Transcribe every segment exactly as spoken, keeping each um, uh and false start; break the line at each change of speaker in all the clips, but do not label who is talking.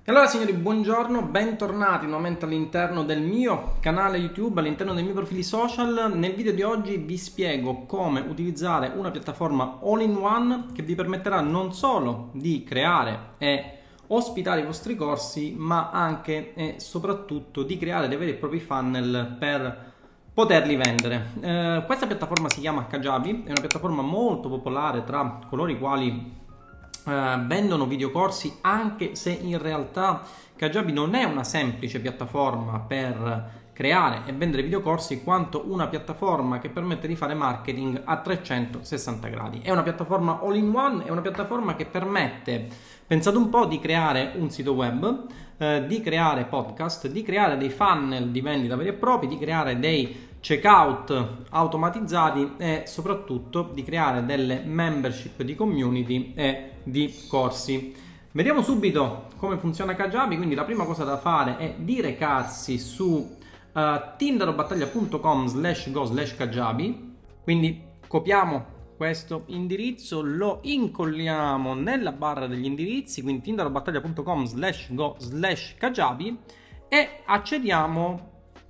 E allora signori, buongiorno, bentornati nuovamente all'interno del mio canale YouTube, all'interno dei miei profili social. Nel video di oggi vi spiego come utilizzare una piattaforma all-in-one che vi permetterà non solo di creare e ospitare i vostri corsi, ma anche e soprattutto di creare dei veri e propri funnel per poterli vendere. Eh, questa piattaforma si chiama Kajabi, è una piattaforma molto popolare tra coloro i quali Uh, vendono videocorsi, anche se in realtà Kajabi non è una semplice piattaforma per creare e vendere videocorsi, quanto una piattaforma che permette di fare marketing a trecentosessanta gradi. È una piattaforma all in one, è una piattaforma che permette, pensate un po', di creare un sito web, eh, di creare podcast, di creare dei funnel di vendita veri e propri, di creare dei checkout automatizzati e soprattutto di creare delle membership di community e di corsi. Vediamo subito come funziona Kajabi. Quindi la prima cosa da fare è di recarsi su uh, tindarobattaglia punto com slash go slash Kajabi. Quindi copiamo questo indirizzo, lo incolliamo nella barra degli indirizzi, quindi tindarobattaglia punto com slash go slash Kajabi, e accediamo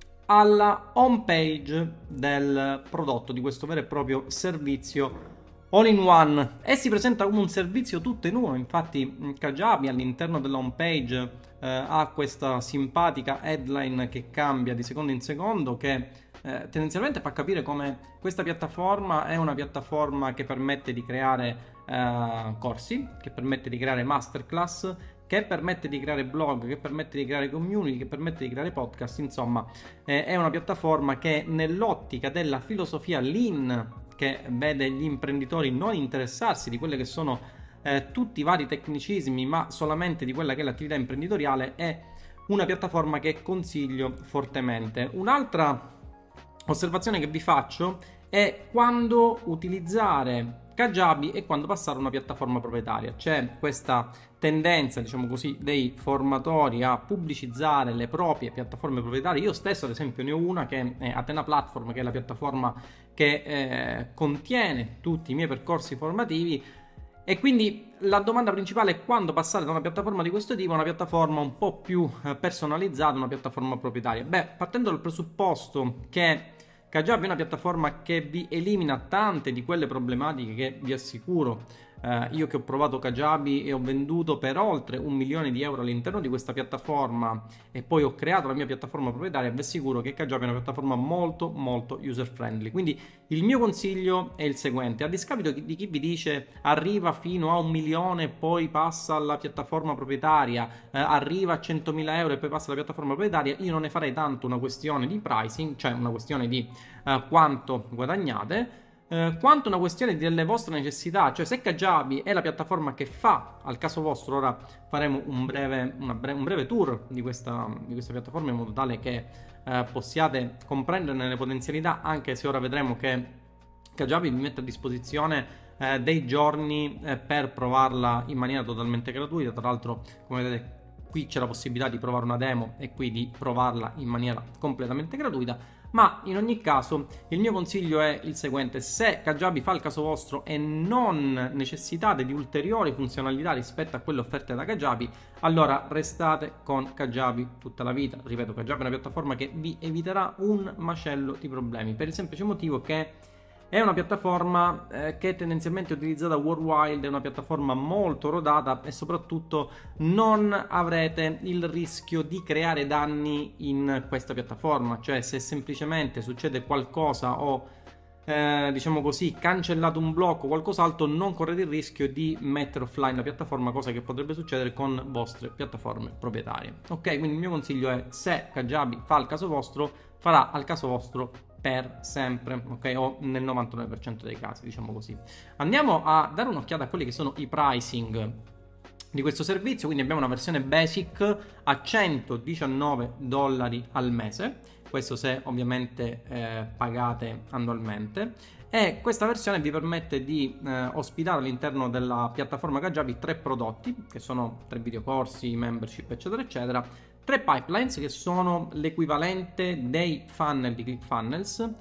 alla home page del prodotto, di questo vero e proprio servizio all in one, e si presenta come un servizio tutto in uno. Infatti Kajabi all'interno della home page eh, ha questa simpatica headline che cambia di secondo in secondo, che eh, tendenzialmente fa capire come questa piattaforma è una piattaforma che permette di creare eh, corsi, che permette di creare masterclass, che permette di creare blog, che permette di creare community, che permette di creare podcast. Insomma, eh, è una piattaforma che nell'ottica della filosofia lean, che vede gli imprenditori non interessarsi di quelle che sono eh, tutti i vari tecnicismi, ma solamente di quella che è l'attività imprenditoriale, è una piattaforma che consiglio fortemente. Un'altra osservazione che vi faccio è quando utilizzare Kajabi e quando passare a una piattaforma proprietaria. C'è questa tendenza, diciamo così, dei formatori a pubblicizzare le proprie piattaforme proprietarie. Io stesso, ad esempio, ne ho una che è Athena Platform, che è la piattaforma che eh, contiene tutti i miei percorsi formativi. E quindi la domanda principale è quando passare da una piattaforma di questo tipo a una piattaforma un po' più personalizzata, una piattaforma proprietaria. Beh, partendo dal presupposto che Kajabi è una piattaforma che vi elimina tante di quelle problematiche che vi assicuro, eh, io che ho provato Kajabi e ho venduto per oltre un milione di euro all'interno di questa piattaforma e poi ho creato la mia piattaforma proprietaria, vi assicuro che Kajabi è una piattaforma molto molto user friendly. Quindi il mio consiglio è il seguente: a discapito di chi vi dice arriva fino a un milione e poi passa alla piattaforma proprietaria, eh, arriva a centomila euro e poi passa alla piattaforma proprietaria, io non ne farei tanto una questione di pricing, cioè una questione di eh, quanto guadagnate, eh, quanto una questione delle vostre necessità. Cioè, se Kajabi è la piattaforma che fa al caso vostro, ora faremo un breve, una bre- un breve tour di questa, di questa piattaforma, in modo tale che eh, possiate comprenderne le potenzialità, anche se ora vedremo che Kajabi vi mette a disposizione eh, dei giorni eh, per provarla in maniera totalmente gratuita. Tra l'altro, come vedete, qui c'è la possibilità di provare una demo e qui di provarla in maniera completamente gratuita. Ma in ogni caso il mio consiglio è il seguente: se Kajabi fa il caso vostro e non necessitate di ulteriori funzionalità rispetto a quelle offerte da Kajabi, allora restate con Kajabi tutta la vita. Ripeto, Kajabi è una piattaforma che vi eviterà un macello di problemi, per il semplice motivo che è una piattaforma eh, che è tendenzialmente utilizzata worldwide, è una piattaforma molto rodata e soprattutto non avrete il rischio di creare danni in questa piattaforma. Cioè, se semplicemente succede qualcosa o eh, diciamo così cancellato un blocco o qualcos'altro, non correte il rischio di mettere offline la piattaforma, cosa che potrebbe succedere con vostre piattaforme proprietarie. Ok, quindi il mio consiglio è: se Kajabi fa il caso vostro, farà al caso vostro per sempre, ok? O nel novantanove per cento dei casi, diciamo così. Andiamo a dare un'occhiata a quelli che sono i pricing di questo servizio. Quindi abbiamo una versione basic a centodiciannove dollari al mese, questo se ovviamente eh, pagate annualmente, e questa versione vi permette di eh, ospitare all'interno della piattaforma Kajabi tre prodotti, che sono tre videocorsi, membership, eccetera eccetera, tre pipelines che sono l'equivalente dei funnel di ClickFunnels,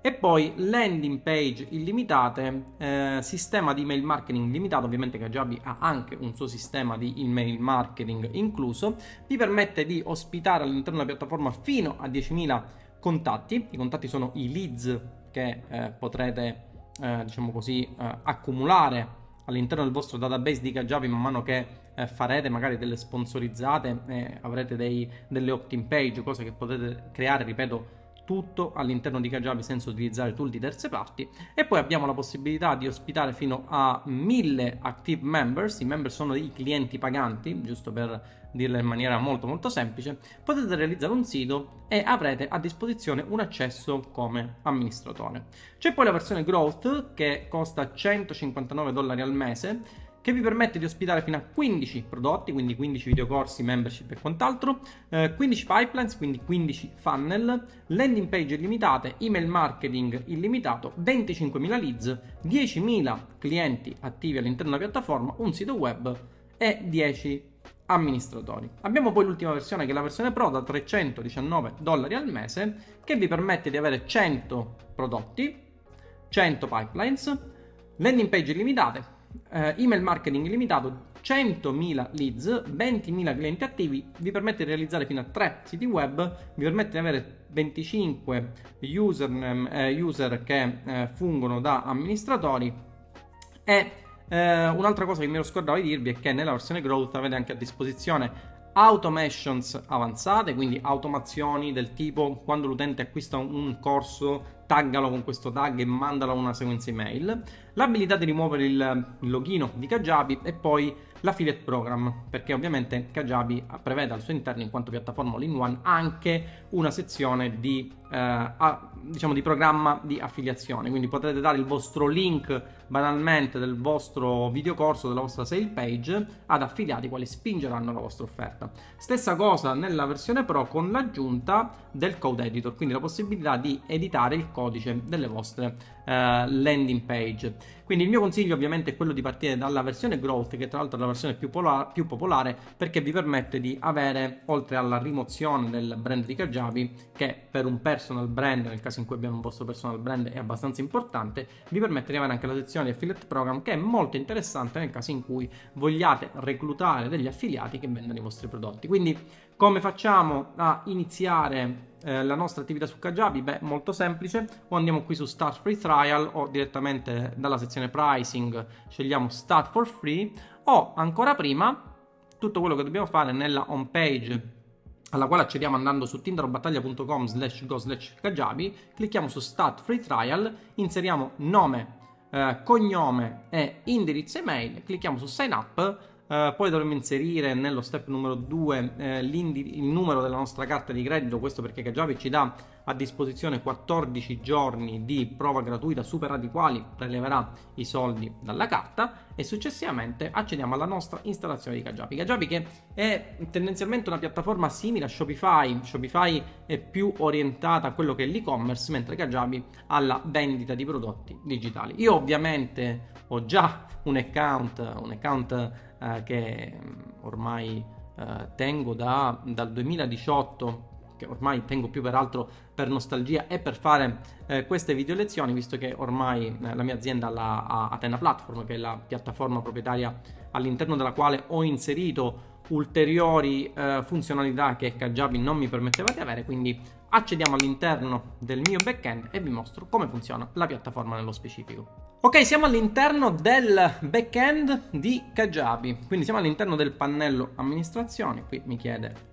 E poi landing page illimitate, eh, sistema di email marketing limitato, ovviamente Kajabi ha anche un suo sistema di email marketing incluso, vi permette di ospitare all'interno della piattaforma fino a diecimila contatti. I contatti sono i leads che eh, potrete eh, diciamo così eh, accumulare all'interno del vostro database di Kajabi man mano che eh, farete magari delle sponsorizzate, eh, avrete dei, delle opt-in page, cose che potete creare, ripeto, tutto all'interno di Kajabi senza utilizzare tool di terze parti. E poi abbiamo la possibilità di ospitare fino a mille active members. I members sono i clienti paganti, giusto per dirla in maniera molto molto semplice. Potete realizzare un sito e avrete a disposizione un accesso come amministratore. C'è poi la versione Growth che costa centocinquantanove dollari al mese, che vi permette di ospitare fino a quindici prodotti, quindi quindici videocorsi, membership e quant'altro, eh, quindici pipelines, quindi quindici funnel, landing page illimitate, email marketing illimitato, venticinquemila leads, diecimila clienti attivi all'interno della piattaforma, un sito web e dieci amministratori. Abbiamo poi l'ultima versione, che è la versione Pro da trecentodiciannove dollari al mese, che vi permette di avere cento prodotti, cento pipelines, landing page illimitate, Uh, email marketing illimitato, centomila leads, ventimila clienti attivi, vi permette di realizzare fino a tre siti web, vi permette di avere venticinque user, eh, user che eh, fungono da amministratori. E eh, un'altra cosa che mi ero scordato di dirvi è che nella versione Growth avete anche a disposizione automations avanzate, quindi automazioni del tipo: quando l'utente acquista un corso, taggalo con questo tag e mandalo a una sequenza email, l'abilità di rimuovere il login di Kajabi e poi l'affiliate program, perché ovviamente Kajabi prevede al suo interno, in quanto piattaforma all-in-one, anche una sezione di, eh, a, diciamo, di programma di affiliazione, quindi potrete dare il vostro link banalmente del vostro videocorso, della vostra sale page ad affiliati quali spingeranno la vostra offerta. Stessa cosa nella versione Pro con l'aggiunta del code editor, quindi la possibilità di editare il codice delle vostre eh, landing page. Quindi il mio consiglio ovviamente è quello di partire dalla versione Growth, che tra l'altro è la versione più, polar- più popolare, perché vi permette di avere, oltre alla rimozione del brand di Kajabi, che per un personal brand, nel caso in cui abbiamo un vostro personal brand, è abbastanza importante, vi permette di avere anche la sezione di affiliate program, che è molto interessante nel caso in cui vogliate reclutare degli affiliati che vendano i vostri prodotti. Quindi come facciamo a iniziare eh, la nostra attività su Kajabi? Beh, molto semplice: o andiamo qui su Start Free Trial, o direttamente dalla sezione Pricing scegliamo Start for Free, o ancora prima tutto quello che dobbiamo fare nella home page, alla quale accediamo andando su tinderobattaglia.com slash go slash Kajabi, clicchiamo su Start Free Trial, inseriamo nome, eh, cognome e indirizzo email, clicchiamo su Sign Up. Uh, poi dovremo inserire nello step numero due eh, il numero della nostra carta di credito, questo perché Kajabi ci dà a disposizione quattordici giorni di prova gratuita, superati i quali preleverà i soldi dalla carta, e successivamente accediamo alla nostra installazione di Kajabi. Kajabi che è tendenzialmente una piattaforma simile a Shopify. Shopify è più orientata a quello che è l'e-commerce, mentre Kajabi alla vendita di prodotti digitali. Io ovviamente ho già un account, un account eh, che ormai eh, tengo da, dal duemiladiciotto, che ormai tengo più peraltro per nostalgia e per fare eh, queste video lezioni, visto che ormai eh, la mia azienda la, ha Atena Platform, che è la piattaforma proprietaria all'interno della quale ho inserito ulteriori eh, funzionalità che Kajabi non mi permetteva di avere. Quindi accediamo all'interno del mio backend e vi mostro come funziona la piattaforma nello specifico. Ok, siamo all'interno del backend di Kajabi, quindi siamo all'interno del pannello amministrazione. Qui mi chiede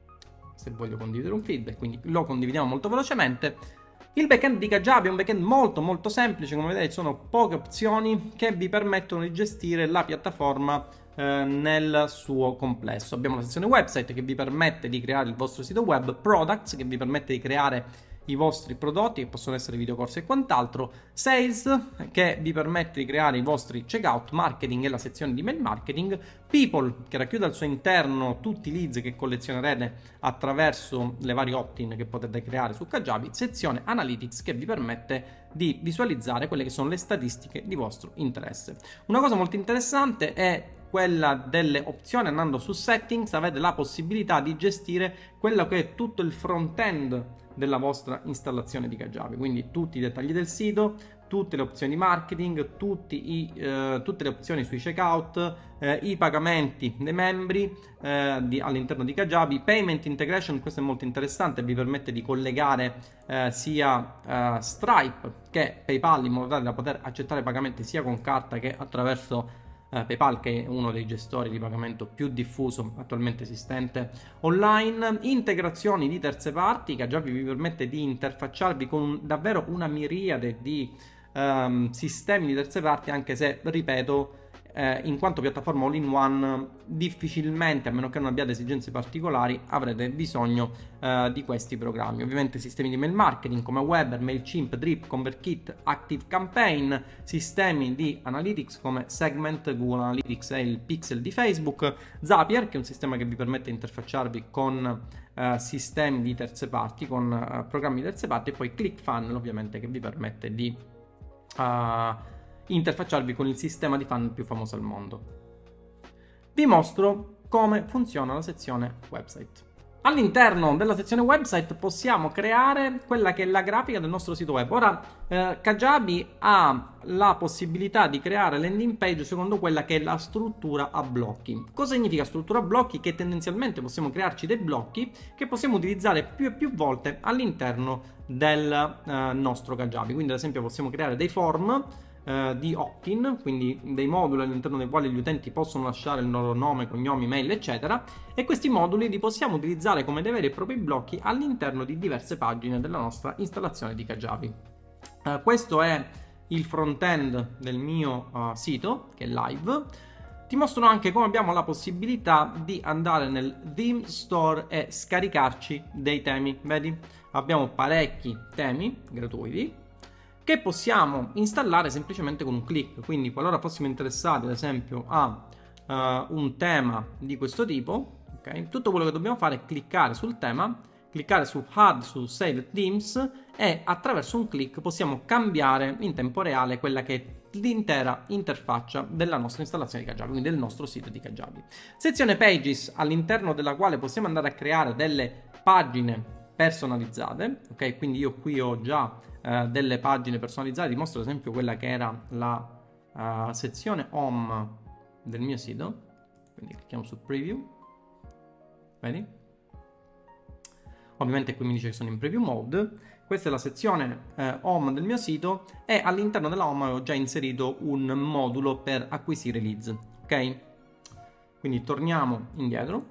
se voglio condividere un feedback, quindi lo condividiamo molto velocemente. Il backend di Kajabi è un backend molto molto semplice, come vedete sono poche opzioni che vi permettono di gestire la piattaforma eh, nel suo complesso. Abbiamo la sezione website che vi permette di creare il vostro sito web, products che vi permette di creare i vostri prodotti, che possono essere videocorsi e quant'altro, sales che vi permette di creare i vostri checkout, marketing e la sezione di mail marketing, people che racchiude al suo interno tutti i leads che collezionerete attraverso le varie opt-in che potete creare su Kajabi, sezione analytics che vi permette di visualizzare quelle che sono le statistiche di vostro interesse. Una cosa molto interessante è quella delle opzioni, andando su settings avete la possibilità di gestire quello che è tutto il front-end della vostra installazione di Kajabi, quindi tutti i dettagli del sito, tutte le opzioni di marketing, tutti i, eh, tutte le opzioni sui checkout, eh, i pagamenti dei membri eh, di, all'interno di Kajabi, payment integration, questo è molto interessante, vi permette di collegare eh, sia eh, Stripe che PayPal in modo tale da poter accettare pagamenti sia con carta che attraverso Uh, PayPal, che è uno dei gestori di pagamento più diffuso attualmente esistente online. Integrazioni di terze parti, che già vi permette di interfacciarvi con un, davvero una miriade di um, sistemi di terze parti, anche se, ripeto, eh, in quanto piattaforma all-in-one difficilmente, a meno che non abbiate esigenze particolari, avrete bisogno eh, di questi programmi. Ovviamente sistemi di mail marketing come Weber, MailChimp, Drip, ConvertKit, ActiveCampaign, sistemi di analytics come Segment, Google Analytics e il Pixel di Facebook, Zapier, che è un sistema che vi permette di interfacciarvi con eh, sistemi di terze parti, con eh, programmi di terze parti, e poi ClickFunnels, ovviamente, che vi permette di uh, interfacciarvi con il sistema di funnel più famoso al mondo. Vi mostro come funziona la sezione website. All'interno della sezione website possiamo creare quella che è la grafica del nostro sito web. Ora eh, Kajabi ha la possibilità di creare landing page secondo quella che è la struttura a blocchi. Cosa significa struttura a blocchi? Che tendenzialmente possiamo crearci dei blocchi che possiamo utilizzare più e più volte all'interno del eh, nostro Kajabi. Quindi ad esempio possiamo creare dei form di opt-in, quindi dei moduli all'interno dei quali gli utenti possono lasciare il loro nome, cognomi, mail, eccetera, e questi moduli li possiamo utilizzare come dei veri e propri blocchi all'interno di diverse pagine della nostra installazione di Kajabi. Uh, questo è il front-end del mio uh, sito, che è live. Ti mostro anche come abbiamo la possibilità di andare nel Theme Store e scaricarci dei temi. Vedi? Abbiamo parecchi temi gratuiti che possiamo installare semplicemente con un clic. Quindi qualora fossimo interessati ad esempio a uh, un tema di questo tipo, okay, tutto quello che dobbiamo fare è cliccare sul tema, cliccare su Add su Save Themes, e attraverso un clic possiamo cambiare in tempo reale quella che è l'intera interfaccia della nostra installazione di Kajabi, quindi del nostro sito di Kajabi. Sezione Pages, all'interno della quale possiamo andare a creare delle pagine personalizzate, ok? Quindi io qui ho già Uh, delle pagine personalizzate. Ti mostro ad esempio quella che era la uh, sezione home del mio sito, quindi clicchiamo su preview, vedi? Ovviamente qui mi dice che sono in preview mode. Questa è la sezione uh, home del mio sito, e all'interno della home ho già inserito un modulo per acquisire leads, ok? Quindi torniamo indietro.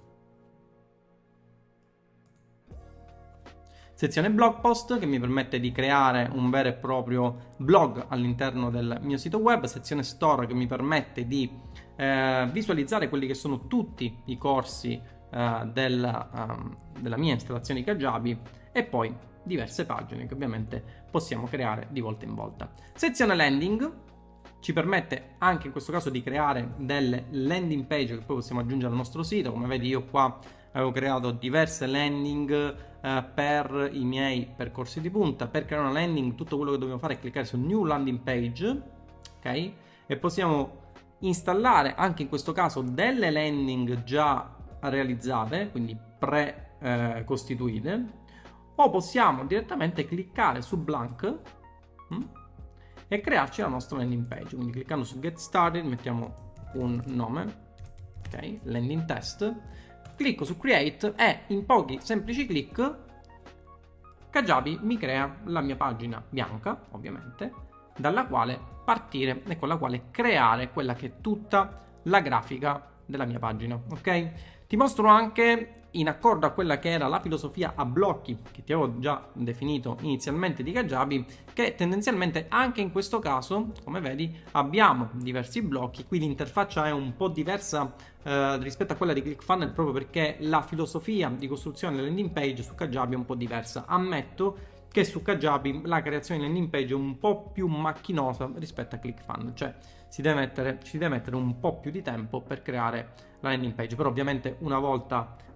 Sezione blog post, che mi permette di creare un vero e proprio blog all'interno del mio sito web. Sezione store, che mi permette di eh, visualizzare quelli che sono tutti i corsi eh, della, um, della mia installazione di Kajabi, e poi diverse pagine che ovviamente possiamo creare di volta in volta. Sezione landing ci permette anche in questo caso di creare delle landing page che poi possiamo aggiungere al nostro sito. Come vedi, io qua avevo creato diverse landing uh, per i miei percorsi di punta. Per creare una landing tutto quello che dobbiamo fare è cliccare su New Landing Page, ok? E possiamo installare anche in questo caso delle landing già realizzate, quindi pre-costituite, eh, o possiamo direttamente cliccare su Blank hm, e crearci la nostra landing page. Quindi cliccando su Get Started mettiamo un nome, ok? Landing Test. Clicco su Create e in pochi semplici clic Kajabi mi crea la mia pagina bianca, ovviamente, dalla quale partire e con la quale creare quella che è tutta la grafica della mia pagina, ok? Ti mostro anche, in accordo a quella che era la filosofia a blocchi che ti avevo già definito inizialmente di Kajabi, che tendenzialmente anche in questo caso, come vedi, abbiamo diversi blocchi. Qui l'interfaccia è un po' diversa eh, rispetto a quella di ClickFunnels, proprio perché la filosofia di costruzione delle landing page su Kajabi è un po' diversa. Ammetto che su Kajabi la creazione di landing page è un po' più macchinosa rispetto a ClickFunnels, cioè si deve mettere, ci si deve mettere un po' più di tempo per creare la landing page, però ovviamente una volta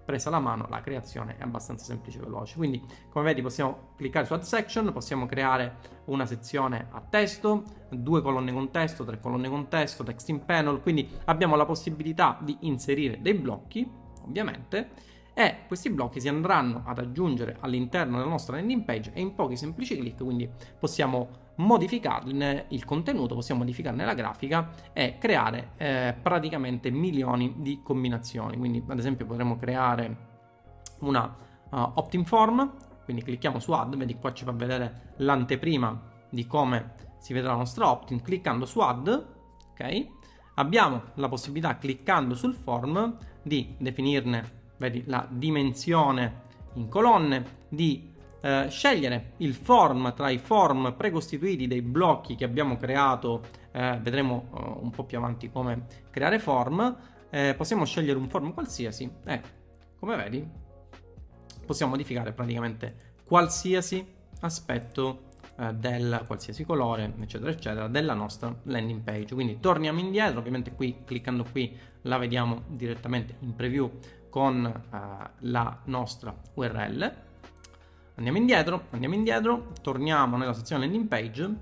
presa la mano, la creazione è abbastanza semplice e veloce. Quindi come vedi possiamo cliccare su Add Section, possiamo creare una sezione a testo, due colonne con testo, tre colonne con testo, text in panel, quindi abbiamo la possibilità di inserire dei blocchi, ovviamente, e questi blocchi si andranno ad aggiungere all'interno della nostra landing page e in pochi semplici clic, quindi possiamo modificarne il contenuto, possiamo modificarne la grafica e creare eh, praticamente milioni di combinazioni. Quindi ad esempio potremmo creare una uh, opt-in form, quindi clicchiamo su add, vedi qua ci fa vedere l'anteprima di come si vedrà la nostra opt-in, cliccando su add, ok? Abbiamo la possibilità, cliccando sul form, di definirne, vedi, la dimensione in colonne, di eh, scegliere il form tra i form precostituiti dei blocchi che abbiamo creato, eh, vedremo uh, un po' più avanti come creare form, eh, possiamo scegliere un form qualsiasi e come vedi possiamo modificare praticamente qualsiasi aspetto eh, del qualsiasi colore, eccetera eccetera, della nostra landing page. Quindi torniamo indietro, ovviamente qui cliccando qui la vediamo direttamente in preview con uh, la nostra U R L. Andiamo indietro, andiamo indietro, torniamo nella sezione landing page.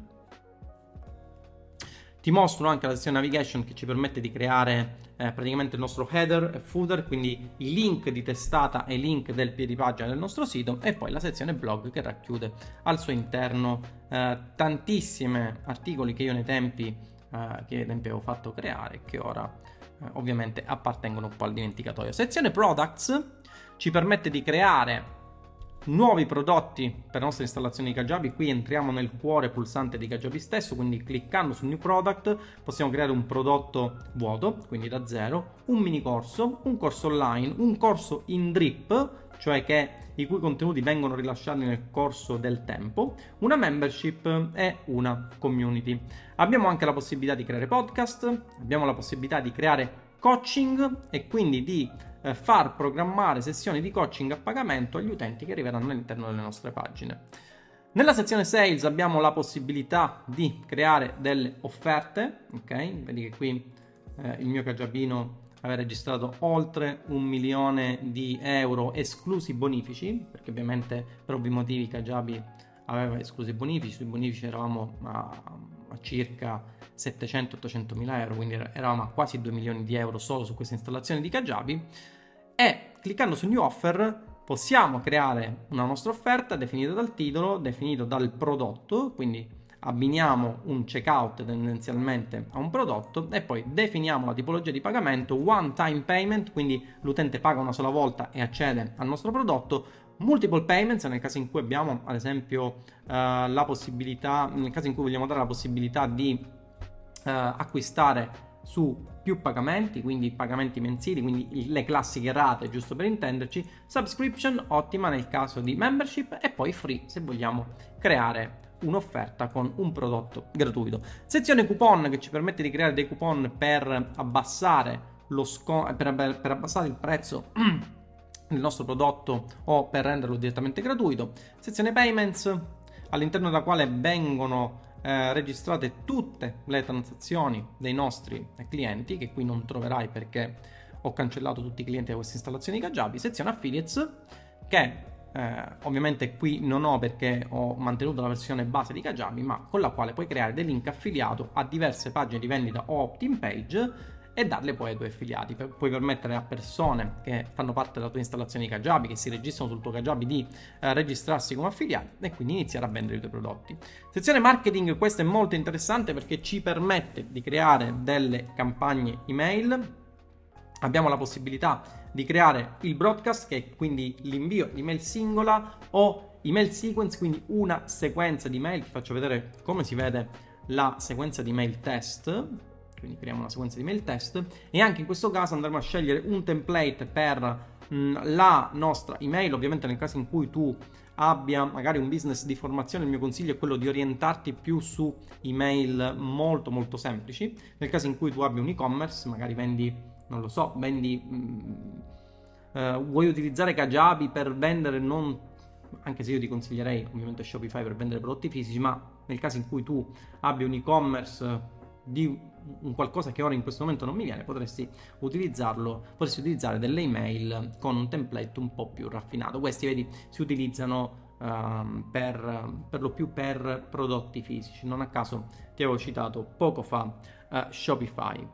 Ti mostro anche la sezione navigation che ci permette di creare eh, praticamente il nostro header e footer, quindi i link di testata e i link del piedipagina del nostro sito, e poi la sezione blog che racchiude al suo interno eh, tantissimi articoli che io nei tempi, eh, che nei tempi avevo fatto creare e che ora eh, ovviamente appartengono un po' al dimenticatoio. Sezione products ci permette di creare nuovi prodotti per le nostre installazioni di Kajabi. Qui entriamo nel cuore pulsante di Kajabi stesso, quindi cliccando su New Product possiamo creare un prodotto vuoto, quindi da zero, un mini corso, un corso online, un corso in drip, cioè che i cui contenuti vengono rilasciati nel corso del tempo, una membership e una community. Abbiamo anche la possibilità di creare podcast, abbiamo la possibilità di creare coaching e quindi di eh, far programmare sessioni di coaching a pagamento agli utenti che arriveranno all'interno delle nostre pagine. Nella sezione sales abbiamo la possibilità di creare delle offerte, ok? Vedi che qui eh, il mio Kajabino aveva registrato oltre un milione di euro esclusi bonifici, perché ovviamente per ovvi motivi Kajabi aveva esclusi i bonifici, sui bonifici eravamo a, a circa settecento ottocento mila euro, quindi eravamo a quasi due milioni di euro solo su questa installazione di Kajabi, e cliccando su New Offer possiamo creare una nostra offerta definita dal titolo, definito dal prodotto, quindi abbiniamo un checkout tendenzialmente a un prodotto e poi definiamo la tipologia di pagamento, one time payment, quindi l'utente paga una sola volta e accede al nostro prodotto, multiple payments nel caso in cui abbiamo ad esempio eh, la possibilità, nel caso in cui vogliamo dare la possibilità di eh, acquistare su più pagamenti, quindi pagamenti mensili, quindi le classiche rate, giusto per intenderci, subscription ottima nel caso di membership e poi free se vogliamo creare un'offerta con un prodotto gratuito. Sezione coupon che ci permette di creare dei coupon per abbassare lo sconto, per, per abbassare il prezzo del nostro prodotto o per renderlo direttamente gratuito. Sezione payments, all'interno della quale vengono eh, registrate tutte le transazioni dei nostri clienti, che qui non troverai perché ho cancellato tutti i clienti da queste installazioni di Kajabi. Sezione affiliates, che Eh, ovviamente qui non ho perché ho mantenuto la versione base di Kajabi, ma con la quale puoi creare dei link affiliato a diverse pagine di vendita o opt-in page e darle poi ai tuoi affiliati. Puoi permettere a persone che fanno parte della tua installazione di Kajabi, che si registrano sul tuo Kajabi, di eh, registrarsi come affiliati e quindi iniziare a vendere i tuoi prodotti. Sezione marketing, questa è molto interessante perché ci permette di creare delle campagne email. Abbiamo la possibilità di creare il broadcast, che è quindi l'invio di mail singola, o email sequence, quindi una sequenza di mail. Ti faccio vedere come si vede la sequenza di mail test. Quindi creiamo una sequenza di mail test e anche in questo caso andremo a scegliere un template per mh, la nostra email. Ovviamente nel caso in cui tu abbia magari un business di formazione, il mio consiglio è quello di orientarti più su email molto molto semplici. Nel caso in cui tu abbia un e-commerce, magari vendi, non lo so, vendi, mh, uh, vuoi utilizzare Kajabi per vendere, non, anche se io ti consiglierei ovviamente Shopify per vendere prodotti fisici, ma nel caso in cui tu abbia un e-commerce di un qualcosa che ora in questo momento non mi viene, potresti utilizzarlo, potresti utilizzare delle email con un template un po' più raffinato. Questi, vedi, si utilizzano uh, per, per lo più per prodotti fisici. Non a caso ti avevo citato poco fa uh, Shopify.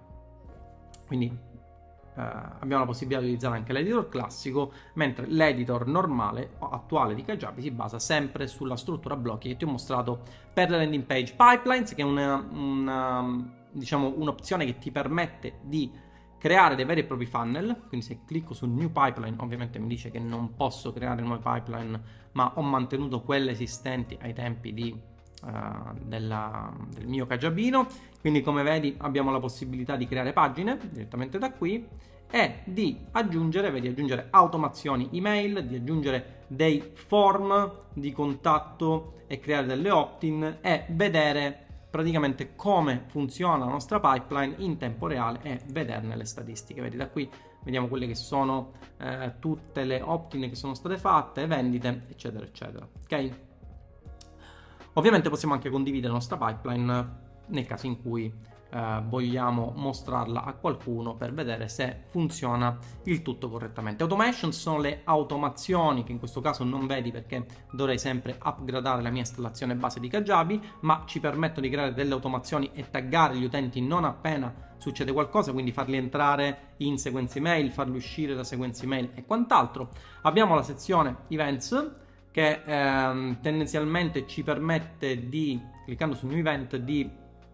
Quindi Uh, abbiamo la possibilità di utilizzare anche l'editor classico, mentre l'editor normale o attuale di Kajabi si basa sempre sulla struttura blocchi che ti ho mostrato per le landing page pipelines, che è una, una, diciamo, un'opzione che ti permette di creare dei veri e propri funnel. Quindi se clicco su new pipeline, ovviamente mi dice che non posso creare nuove pipeline, ma ho mantenuto quelle esistenti ai tempi di Uh, della, del mio Kajabino. Quindi, come vedi, abbiamo la possibilità di creare pagine direttamente da qui e di aggiungere, vedi, aggiungere automazioni email, di aggiungere dei form di contatto e creare delle opt-in e vedere praticamente come funziona la nostra pipeline in tempo reale e vederne le statistiche. Vedi, da qui vediamo quelle che sono eh, tutte le opt-in che sono state fatte, vendite, eccetera eccetera. Ok? Ovviamente possiamo anche condividere la nostra pipeline nel caso in cui eh, vogliamo mostrarla a qualcuno per vedere se funziona il tutto correttamente. Automation sono le automazioni che in questo caso non vedi perché dovrei sempre upgradare la mia installazione base di Kajabi, ma ci permettono di creare delle automazioni e taggare gli utenti non appena succede qualcosa, quindi farli entrare in sequenze email, farli uscire da sequenze email e quant'altro. Abbiamo la sezione events che ehm, tendenzialmente ci permette di, cliccando su New Event, di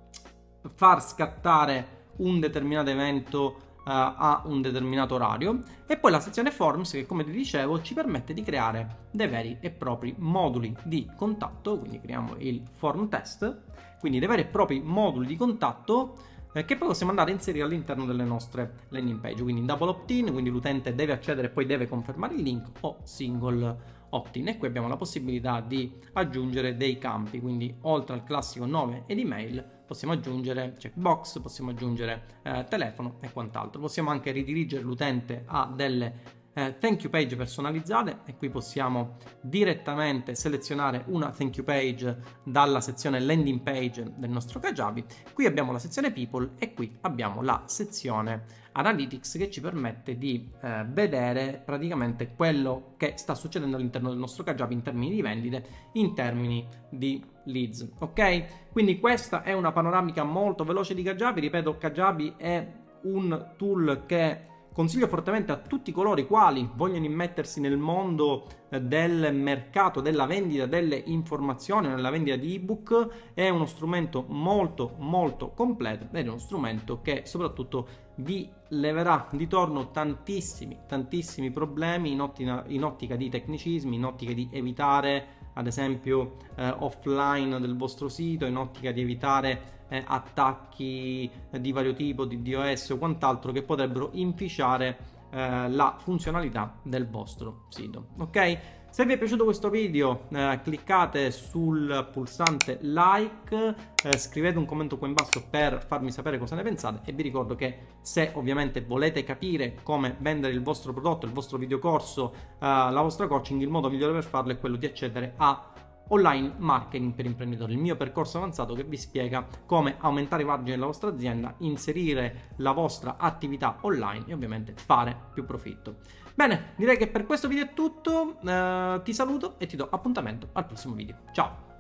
far scattare un determinato evento uh, a un determinato orario, e poi la sezione Forms che, come ti dicevo, ci permette di creare dei veri e propri moduli di contatto. Quindi creiamo il form test, quindi dei veri e propri moduli di contatto eh, che poi possiamo andare a inserire all'interno delle nostre landing page, quindi in double opt-in, quindi l'utente deve accedere e poi deve confermare il link, o single opt-in. E qui abbiamo la possibilità di aggiungere dei campi, quindi oltre al classico nome ed email possiamo aggiungere checkbox, possiamo aggiungere eh, telefono e quant'altro. Possiamo anche ridirigere l'utente a delle eh, thank you page personalizzate, e qui possiamo direttamente selezionare una thank you page dalla sezione landing page del nostro Kajabi. Qui abbiamo la sezione people e qui abbiamo la sezione Analytics che ci permette di eh, vedere praticamente quello che sta succedendo all'interno del nostro Kajabi in termini di vendite, in termini di leads. Ok? Quindi questa è una panoramica molto veloce di Kajabi. Ripeto, Kajabi è un tool che consiglio fortemente a tutti coloro i quali vogliono immettersi nel mondo del mercato, della vendita delle informazioni, nella vendita di ebook. È uno strumento molto molto completo ed è uno strumento che soprattutto vi leverà di torno tantissimi tantissimi problemi in ottica, in ottica di tecnicismi, in ottica di evitare ad esempio eh, offline del vostro sito, in ottica di evitare eh, attacchi eh, di vario tipo, di DOS o quant'altro che potrebbero inficiare eh, la funzionalità del vostro sito. Ok? Se vi è piaciuto questo video eh, cliccate sul pulsante like, eh, scrivete un commento qua in basso per farmi sapere cosa ne pensate, e vi ricordo che se ovviamente volete capire come vendere il vostro prodotto, il vostro videocorso, eh, la vostra coaching, il modo migliore per farlo è quello di accedere a Online Marketing per Imprenditori, il mio percorso avanzato che vi spiega come aumentare i margini della vostra azienda, inserire la vostra attività online e ovviamente fare più profitto. Bene, direi che per questo video è tutto, eh, ti saluto e ti do appuntamento al prossimo video. Ciao!